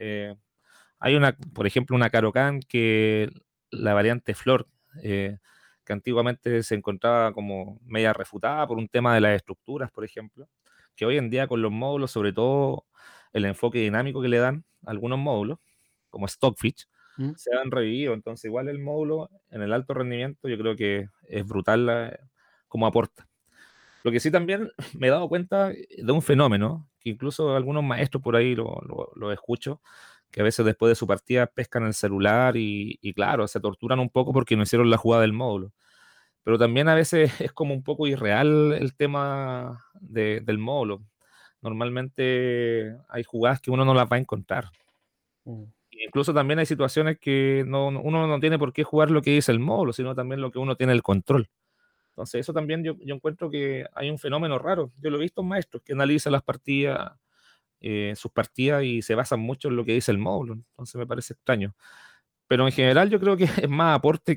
Speaker 3: Hay por ejemplo, una Caro-Kann, que la variante Flor, que antiguamente se encontraba como media refutada por un tema de las estructuras, por ejemplo, que hoy en día con los módulos, sobre todo el enfoque dinámico que le dan a algunos módulos, como Stockfish, se han revivido. Entonces, igual el módulo en el alto rendimiento, yo creo que es brutal como aporta. Lo que sí también me he dado cuenta de un fenómeno, que incluso algunos maestros por ahí lo escucho, que a veces después de su partida pescan el celular y claro, se torturan un poco porque no hicieron la jugada del módulo. Pero también a veces es como un poco irreal el tema del módulo. Normalmente hay jugadas que uno no las va a encontrar. Incluso también hay situaciones que uno no tiene por qué jugar lo que dice el módulo, sino también lo que uno tiene el control. Entonces, eso también yo encuentro que hay un fenómeno raro. Yo lo he visto en maestros que analizan las partidas, sus partidas, y se basan mucho en lo que dice el módulo. Entonces, me parece extraño. Pero en general, yo creo que es más aporte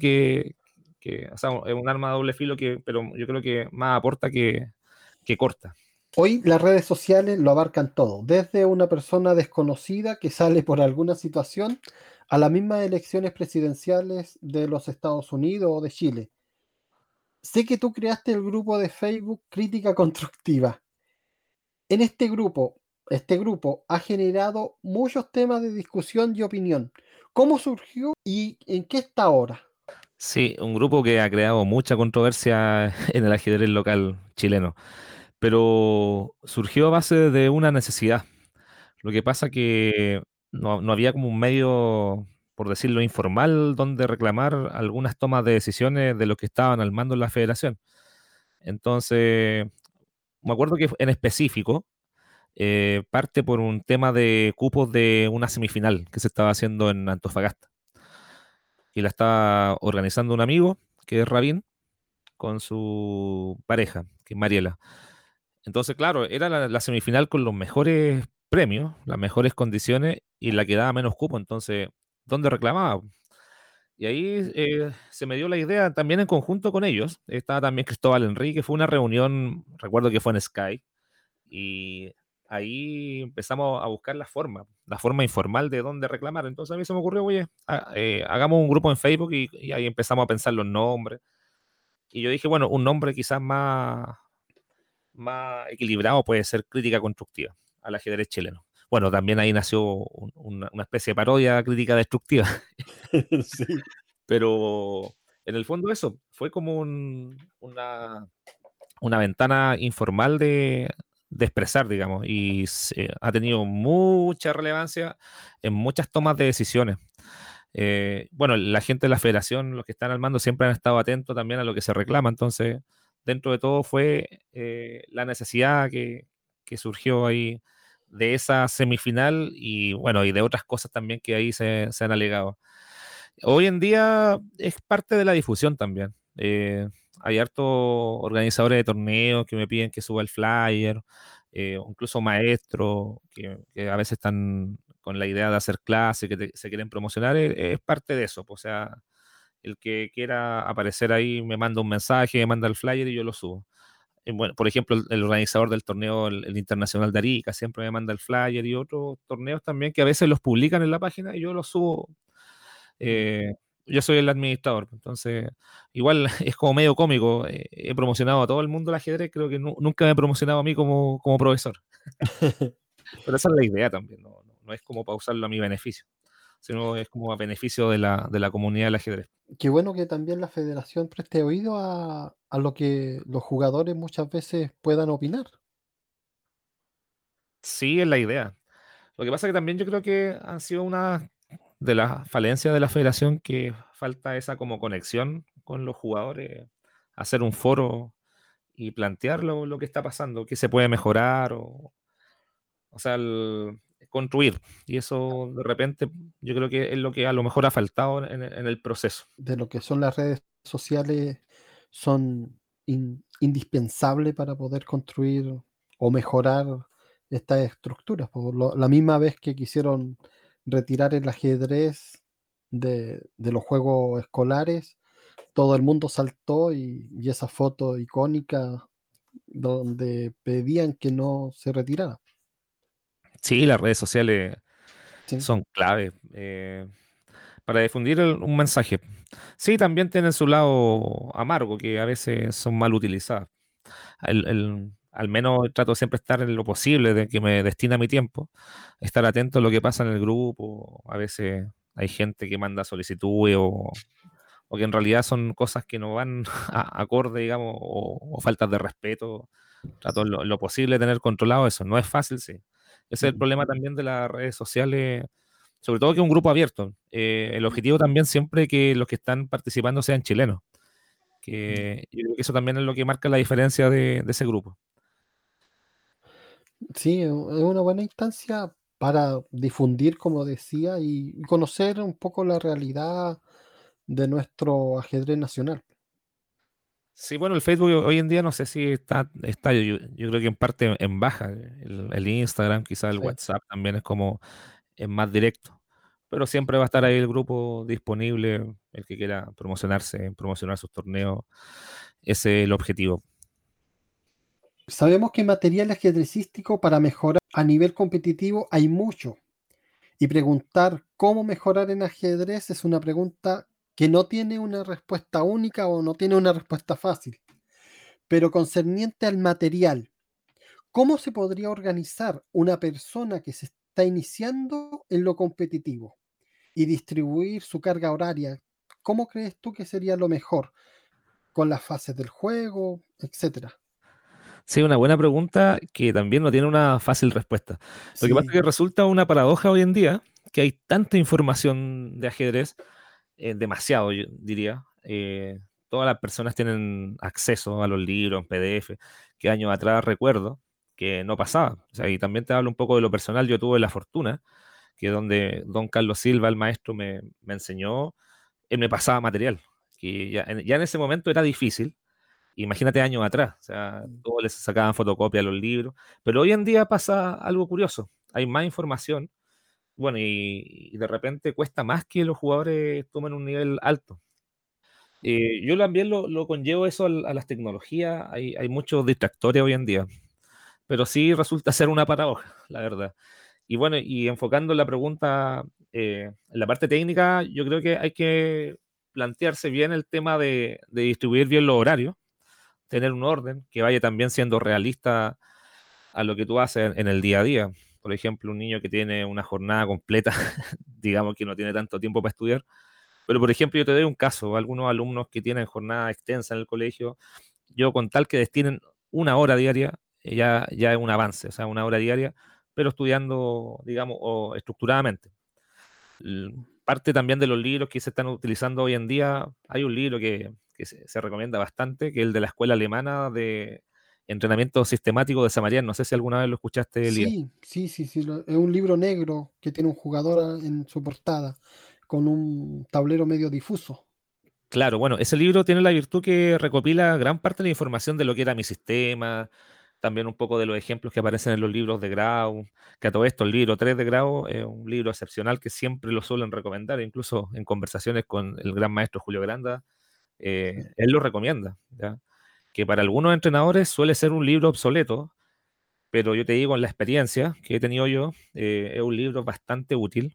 Speaker 3: o sea, es un arma de doble filo, pero yo creo que más aporta que corta.
Speaker 2: Hoy las redes sociales lo abarcan todo, desde una persona desconocida que sale por alguna situación a las mismas elecciones presidenciales de los Estados Unidos o de Chile. Sé que tú creaste el grupo de Facebook Crítica Constructiva. En este grupo ha generado muchos temas de discusión y opinión. ¿Cómo surgió y en qué está ahora?
Speaker 3: Sí, un grupo que ha creado mucha controversia en el ajedrez local chileno, pero surgió a base de una necesidad. Lo que pasa que no había como un medio, por decirlo informal, donde reclamar algunas tomas de decisiones de los que estaban al mando de la federación. Entonces, me acuerdo que en específico parte por un tema de cupos de una semifinal que se estaba haciendo en Antofagasta y la estaba organizando un amigo que es Rabín con su pareja, que es Mariela. Entonces, claro, era la semifinal con los mejores premios, las mejores condiciones y la que daba menos cupo. Entonces, ¿dónde reclamaba? Y ahí se me dio la idea también en conjunto con ellos. Estaba también Cristóbal Enrique, fue una reunión, recuerdo que fue en Sky, y ahí empezamos a buscar la forma informal de dónde reclamar. Entonces a mí se me ocurrió, oye, hagamos un grupo en Facebook y ahí empezamos a pensar los nombres. Y yo dije, bueno, un nombre quizás más equilibrado puede ser Crítica Constructiva al ajedrez chileno. Bueno, también ahí nació una especie de parodia Crítica Destructiva.
Speaker 2: Sí.
Speaker 3: Pero en el fondo eso fue como una ventana informal de expresar, digamos, y ha tenido mucha relevancia en muchas tomas de decisiones. Bueno, la gente de la federación, los que están al mando, siempre han estado atentos también a lo que se reclama. Entonces, dentro de todo fue la necesidad que surgió ahí de esa semifinal y bueno, y de otras cosas también que ahí se han alegado. Hoy en día es parte de la difusión también. Hay hartos organizadores de torneos que me piden que suba el flyer, o incluso maestros que a veces están con la idea de hacer clases, que se quieren promocionar, es parte de eso. O sea, el que quiera aparecer ahí me manda un mensaje, me manda el flyer y yo lo subo. Bueno, por ejemplo, el organizador del torneo, el Internacional de Arica, siempre me manda el flyer y otros torneos también que a veces los publican en la página y yo los subo yo soy el administrador, entonces igual es como medio cómico. He promocionado a todo el mundo el ajedrez, creo que nunca me he promocionado a mí como profesor. Pero esa es la idea también, no es como para usarlo a mi beneficio, sino es como a beneficio de la comunidad del ajedrez.
Speaker 2: Qué bueno que también la federación preste oído a lo que los jugadores muchas veces puedan opinar.
Speaker 3: Sí, es la idea. Lo que pasa es que también yo creo que han sido una de las falencias de la federación, que falta esa como conexión con los jugadores, hacer un foro y plantear lo que está pasando, qué se puede mejorar, o sea, construir. Y eso de repente yo creo que es lo que a lo mejor ha faltado en el proceso.
Speaker 2: De lo que son las redes sociales son indispensables para poder construir o mejorar estas estructuras. La misma vez que quisieron retirar el ajedrez de los juegos escolares, todo el mundo saltó y esa foto icónica donde pedían que no se retirara.
Speaker 3: Sí, las redes sociales
Speaker 2: Sí,
Speaker 3: son clave para difundir un mensaje. Sí, también tienen su lado amargo, que a veces son mal utilizadas. Al menos trato siempre de estar en lo posible, de que me destina mi tiempo, estar atento a lo que pasa en el grupo. A veces hay gente que manda solicitudes o que en realidad son cosas que no van acorde, digamos, o faltas de respeto. Trato en lo posible de tener controlado eso. No es fácil, sí. Ese es el
Speaker 2: mm,
Speaker 3: problema también de las redes sociales, sobre todo que es un grupo abierto. El objetivo también siempre que los que están participando sean chilenos,
Speaker 2: mm.
Speaker 3: que yo creo que eso también es lo que marca la diferencia de ese grupo.
Speaker 2: Sí, es una buena instancia para difundir, como decía, y conocer un poco la realidad de nuestro ajedrez nacional.
Speaker 3: Sí, bueno, el Facebook hoy en día no sé si está yo creo que en parte en baja. El Instagram, quizás el
Speaker 2: Sí.
Speaker 3: WhatsApp también es más directo. Pero siempre va a estar ahí el grupo disponible, el que quiera promocionarse, promocionar sus torneos. Ese es el objetivo.
Speaker 2: Sabemos que material ajedrecístico para mejorar a nivel competitivo hay mucho, y preguntar cómo mejorar en ajedrez es una pregunta que no tiene una respuesta única o no tiene una respuesta fácil. Pero concerniente al material, ¿cómo se podría organizar una persona que se está iniciando en lo competitivo y distribuir su carga horaria? ¿Cómo crees tú que sería lo mejor con las fases del juego, etcétera?
Speaker 3: Sí, una buena pregunta que también no tiene una fácil respuesta. Lo que pasa es
Speaker 2: Sí,
Speaker 3: que resulta una paradoja hoy en día que hay tanta información de ajedrez, demasiado, yo diría. Todas las personas tienen acceso a los libros en PDF, que años atrás recuerdo que no pasaba. O sea, y también te hablo un poco de lo personal. Yo tuve la fortuna que donde don Carlos Silva, el maestro, me enseñó, él me pasaba material, que ya en ese momento era difícil. Imagínate años atrás, o sea, todos les sacaban fotocopia a los libros, pero hoy en día pasa algo curioso, hay más información, bueno, y de repente cuesta más que los jugadores tomen un nivel alto. Yo también lo conllevo eso a las tecnologías, hay muchos distractores hoy en día, pero sí resulta ser una paradoja, la verdad. Y bueno, y enfocando la pregunta en la parte técnica, yo creo que hay que plantearse bien el tema de distribuir bien los horarios, tener un orden que vaya también siendo realista a lo que tú haces en el día a día. Por ejemplo, un niño que tiene una jornada completa, digamos que no tiene tanto tiempo para estudiar, pero por ejemplo yo te doy un caso, algunos alumnos que tienen jornada extensa en el colegio, yo con tal que destinen una hora diaria, ya es un avance, o sea, una hora diaria, pero estudiando, digamos, o estructuradamente. Parte también de los libros que se están utilizando hoy en día, hay un libro que se recomienda bastante, que es el de la escuela alemana de entrenamiento sistemático de Samarian. No sé si alguna vez lo escuchaste, Elías.
Speaker 2: sí, sí, sí, sí. Es un libro negro que tiene un jugador en su portada con un tablero medio difuso.
Speaker 3: Claro, bueno, ese libro tiene la virtud que recopila gran parte de la información de lo que era mi sistema, también un poco de los ejemplos que aparecen en los libros de Grau, que a todo esto el libro 3 de Grau es un libro excepcional que siempre lo suelen recomendar, incluso en conversaciones con el gran maestro Julio Granda,
Speaker 2: Sí.
Speaker 3: él lo recomienda, ¿ya? Que para algunos entrenadores suele ser un libro obsoleto, pero yo te digo, en la experiencia que he tenido yo, es un libro bastante útil,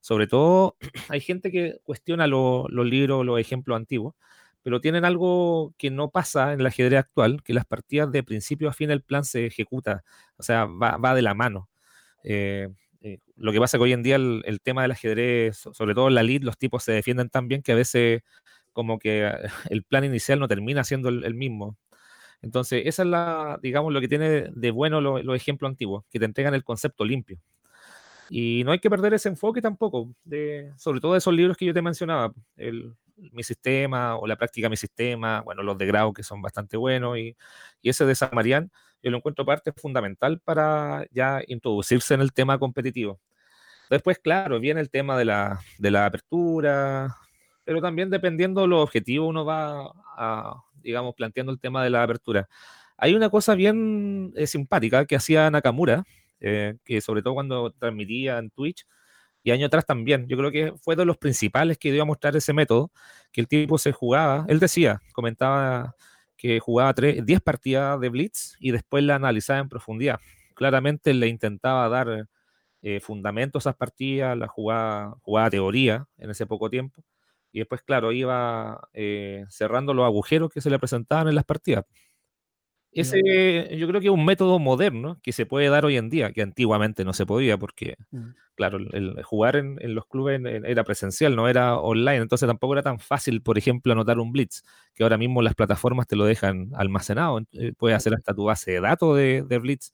Speaker 3: Sobre todo, hay gente que cuestiona los libros, los ejemplos antiguos, pero tienen algo que no pasa en el ajedrez actual, que las partidas de principio a fin el plan se ejecuta, o sea, va de la mano. Eh, lo que pasa que hoy en día el tema del ajedrez, sobre todo en la lead, los tipos se defienden tan bien que a veces como que el plan inicial no termina siendo el mismo. Entonces, esa es digamos, lo que tiene de bueno los ejemplos antiguos, que te entregan el concepto limpio. Y no hay que perder ese enfoque tampoco, sobre todo de esos libros que yo te mencionaba, Mi Sistema o La Práctica Mi Sistema, bueno, los de Grau que son bastante buenos, y ese de Samarian, yo lo encuentro parte fundamental para ya introducirse en el tema competitivo. Después, claro, viene el tema de la apertura, pero también dependiendo de los objetivos uno va digamos, planteando el tema de la apertura. Hay una cosa bien simpática que hacía Nakamura, que sobre todo cuando transmitía en Twitch, y años atrás también, yo creo que fue de los principales que dio a mostrar ese método, que el tipo se jugaba, él decía, comentaba que jugaba 10 partidas de Blitz y después la analizaba en profundidad. Claramente le intentaba dar fundamento a esas partidas, la jugaba teoría en ese poco tiempo, y después, claro, iba cerrando los agujeros que se le presentaban en las partidas. Ese
Speaker 2: Ya.
Speaker 3: yo creo que es un método moderno que se puede dar hoy en día, que antiguamente no se podía, porque,
Speaker 2: Mm.
Speaker 3: claro, el jugar en los clubes era presencial, no era online, entonces tampoco era tan fácil, por ejemplo, anotar un blitz, que ahora mismo las plataformas te lo dejan almacenado, puedes hacer hasta tu base de datos de blitz.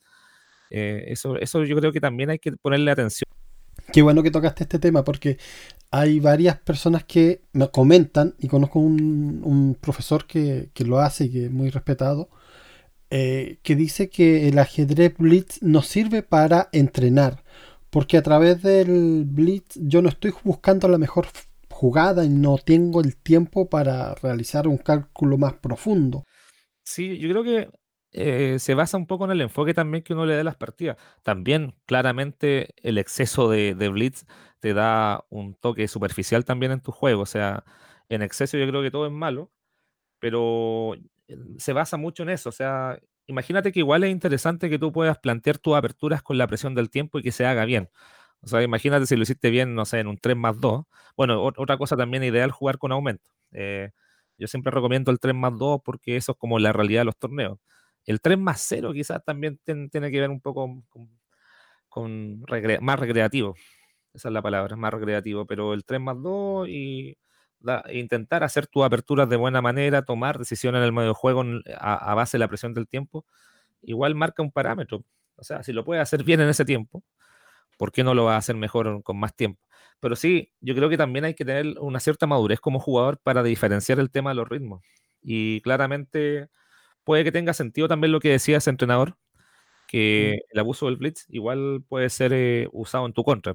Speaker 3: Eso yo creo que también hay que ponerle atención.
Speaker 2: Qué bueno que tocaste este tema porque hay varias personas que me comentan, y conozco un profesor que lo hace y que es muy respetado, que dice que el ajedrez Blitz nos sirve para entrenar, porque a través del Blitz yo no estoy buscando la mejor jugada y no tengo el tiempo para realizar un cálculo más profundo.
Speaker 3: Sí, yo creo que se basa un poco en el enfoque también que uno le da a las partidas. También, claramente, el exceso de blitz te da un toque superficial también en tu juego. O sea, en exceso yo creo que todo es malo, pero se basa mucho en eso. O sea, imagínate que igual es interesante que tú puedas plantear tus aperturas con la presión del tiempo y que se haga bien. O sea, imagínate si lo hiciste bien, no sé, en un 3+2. Bueno, otra cosa también ideal, jugar con aumento. Yo siempre recomiendo el 3+2 porque eso es como la realidad de los torneos. El 3+0 quizás también tiene que ver un poco con más recreativo. Esa es la palabra, más recreativo. Pero el 3+2 y intentar hacer tus aperturas de buena manera, tomar decisiones en el medio juego a base de la presión del tiempo, igual marca un parámetro. O sea, si lo puedes hacer bien en ese tiempo, ¿por qué no lo vas a hacer mejor con más tiempo? Pero sí, yo creo que también hay que tener una cierta madurez como jugador para diferenciar el tema de los ritmos. Y claramente puede que tenga sentido también lo que decía ese entrenador,
Speaker 2: Mm,
Speaker 3: que el abuso del blitz igual puede ser usado en tu contra.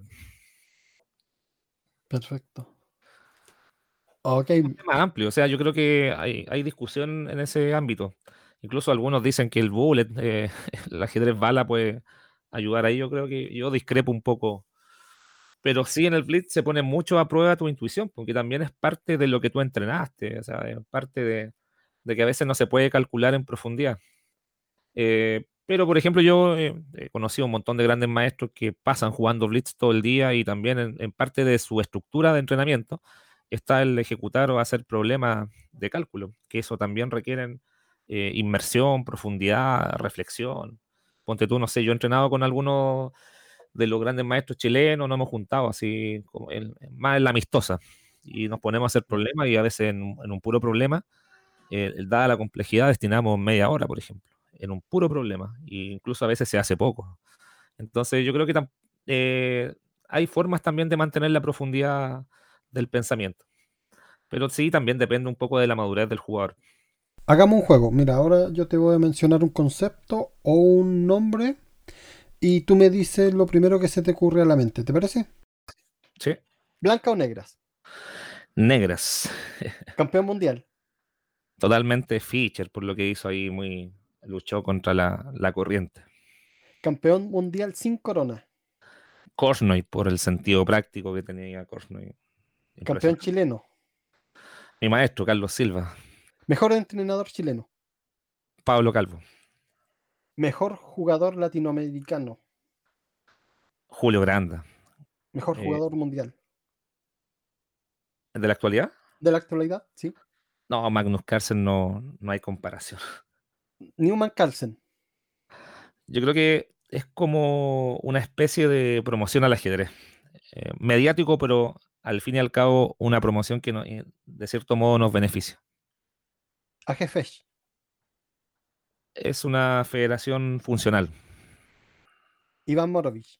Speaker 2: perfecto. Ok.
Speaker 3: Es un tema amplio, o sea, yo creo que hay discusión en ese ámbito. Incluso algunos dicen que el bullet, el ajedrez bala puede ayudar ahí. Yo creo que yo discrepo un poco. Pero sí, en el Blitz se pone mucho a prueba tu intuición, porque también es parte de lo que tú entrenaste, o sea, es parte de que a veces no se puede calcular en profundidad. Pero, por ejemplo, yo he conocido un montón de grandes maestros que pasan jugando Blitz todo el día y también en parte de su estructura de entrenamiento está el ejecutar o hacer problemas de cálculo, que eso también requieren inmersión, profundidad, reflexión. Ponte tú, no sé, yo he entrenado con algunos de los grandes maestros chilenos, nos hemos juntado así como más en la amistosa y nos ponemos a hacer problemas y a veces en un puro problema, dada la complejidad, destinamos media hora, por ejemplo, en un puro problema, e incluso a veces se hace poco. Entonces yo creo que eh, hay formas también de mantener la profundidad del pensamiento, pero sí, también depende un poco de la madurez del jugador.
Speaker 2: Hagamos un juego. Mira, ahora yo te voy a mencionar un concepto o un nombre y tú me dices lo primero que se te ocurre a la mente. ¿Te parece?
Speaker 3: Sí.
Speaker 2: ¿Blanca o negras?
Speaker 3: Negras.
Speaker 2: Campeón mundial.
Speaker 3: Totalmente Fischer, por lo que hizo ahí, luchó contra la corriente.
Speaker 2: Campeón mundial sin corona.
Speaker 3: Kornoy, por el sentido práctico que tenía Kornoy.
Speaker 2: Campeón
Speaker 3: Impresionante.
Speaker 2: chileno.
Speaker 3: Mi maestro, Carlos Silva.
Speaker 2: Mejor entrenador chileno.
Speaker 3: Pablo Calvo.
Speaker 2: Mejor jugador latinoamericano.
Speaker 3: Julio Granda.
Speaker 2: Mejor
Speaker 3: eh,
Speaker 2: jugador mundial.
Speaker 3: ¿De la actualidad?
Speaker 2: de la actualidad, sí.
Speaker 3: No, Magnus Carlsen no hay comparación.
Speaker 2: Newman Carlsen.
Speaker 3: Yo creo que es como una especie de promoción al ajedrez. Mediático, pero al fin y al cabo una promoción que de cierto modo nos beneficia.
Speaker 2: AGFESH.
Speaker 3: Es una federación funcional.
Speaker 2: Iván Morovich.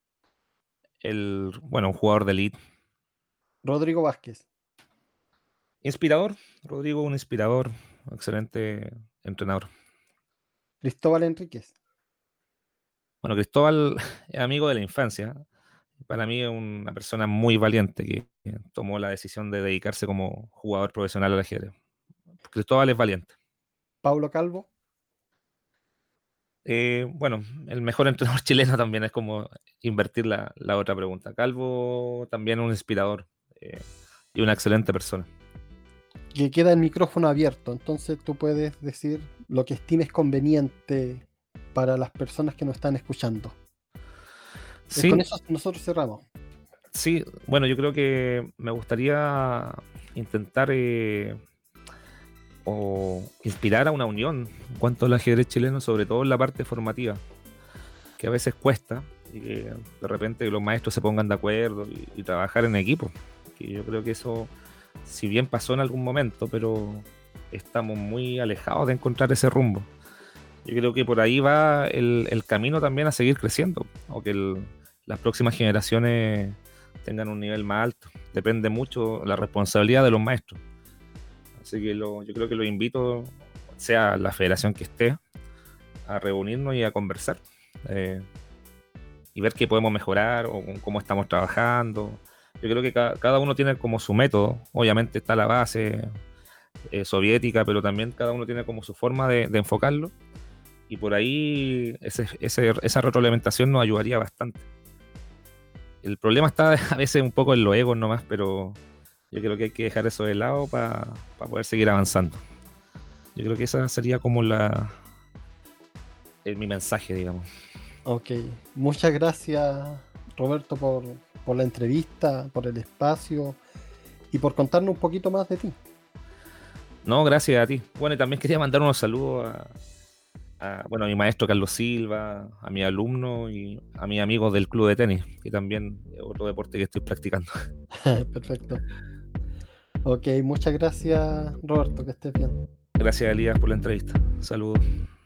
Speaker 3: Un jugador de elite.
Speaker 2: Rodrigo Vázquez.
Speaker 3: Inspirador. Rodrigo, un inspirador. Excelente entrenador.
Speaker 2: Cristóbal Enríquez.
Speaker 3: Bueno, Cristóbal es amigo de la infancia. Para mí es una persona muy valiente que tomó la decisión de dedicarse como jugador profesional al ajedrez. Cristóbal es valiente.
Speaker 2: Paulo Calvo.
Speaker 3: El mejor entrenador chileno también es como invertir la otra pregunta. Calvo también un inspirador y una excelente persona.
Speaker 2: Que queda el micrófono abierto, entonces tú puedes decir lo que estimes conveniente para las personas que nos están escuchando.
Speaker 3: Sí,
Speaker 2: Con eso nosotros cerramos.
Speaker 3: sí, bueno, yo creo que me gustaría intentar o inspirar a una unión en cuanto al ajedrez chileno, sobre todo en la parte formativa, que a veces cuesta, y que de repente los maestros se pongan de acuerdo y trabajar en equipo. Que yo creo que eso, si bien pasó en algún momento, pero estamos muy alejados de encontrar ese rumbo. Yo creo que por ahí va el camino también a seguir creciendo, o que las próximas generaciones tengan un nivel más alto. Depende mucho la responsabilidad de los maestros. Así que yo creo que los invito, sea la federación que esté, a reunirnos y a conversar. Y ver qué podemos mejorar o cómo estamos trabajando. Yo creo que cada uno tiene como su método. Obviamente está la base soviética, pero también cada uno tiene como su forma de enfocarlo. Y por ahí esa retroalimentación nos ayudaría bastante. El problema está a veces un poco en los egos nomás, pero yo creo que hay que dejar eso de lado para poder seguir avanzando. Yo creo que esa sería como mi mensaje, digamos.
Speaker 2: Ok, muchas gracias Roberto por la entrevista, por el espacio y por contarnos un poquito más de ti.
Speaker 3: No, gracias a ti. Bueno, y también quería mandar unos saludos a mi maestro Carlos Silva, a mi alumno y a mis amigos del club de tenis, que también es otro deporte que estoy practicando.
Speaker 2: Perfecto. Ok, muchas gracias Roberto, que estés bien.
Speaker 3: Gracias, Elías, por la entrevista. Saludos.